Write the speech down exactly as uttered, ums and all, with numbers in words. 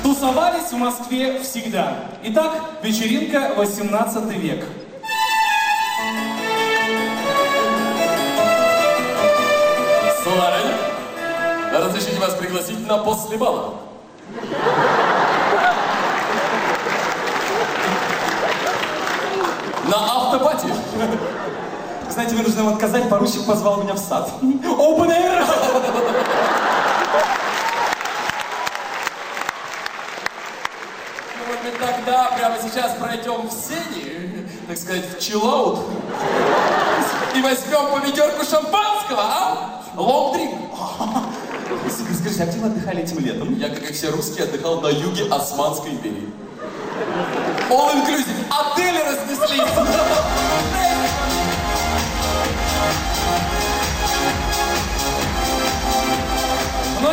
Тусовались в Москве всегда. Итак, вечеринка восемнадцатый век. Сударыня, разрешите вас пригласить на после бала. На автопати. Знаете, мне нужно вам отказать, поручик позвал меня в сад. Open air! Ну, может быть, тогда прямо сейчас пройдем в сени, так сказать, в чиллаут, и возьмем по ведерку шампанского, а? Лонг-дринк. Скажите, а где вы отдыхали этим летом? Я, как и все русские, отдыхал на юге Османской империи. All inclusive. Отели разнеслись.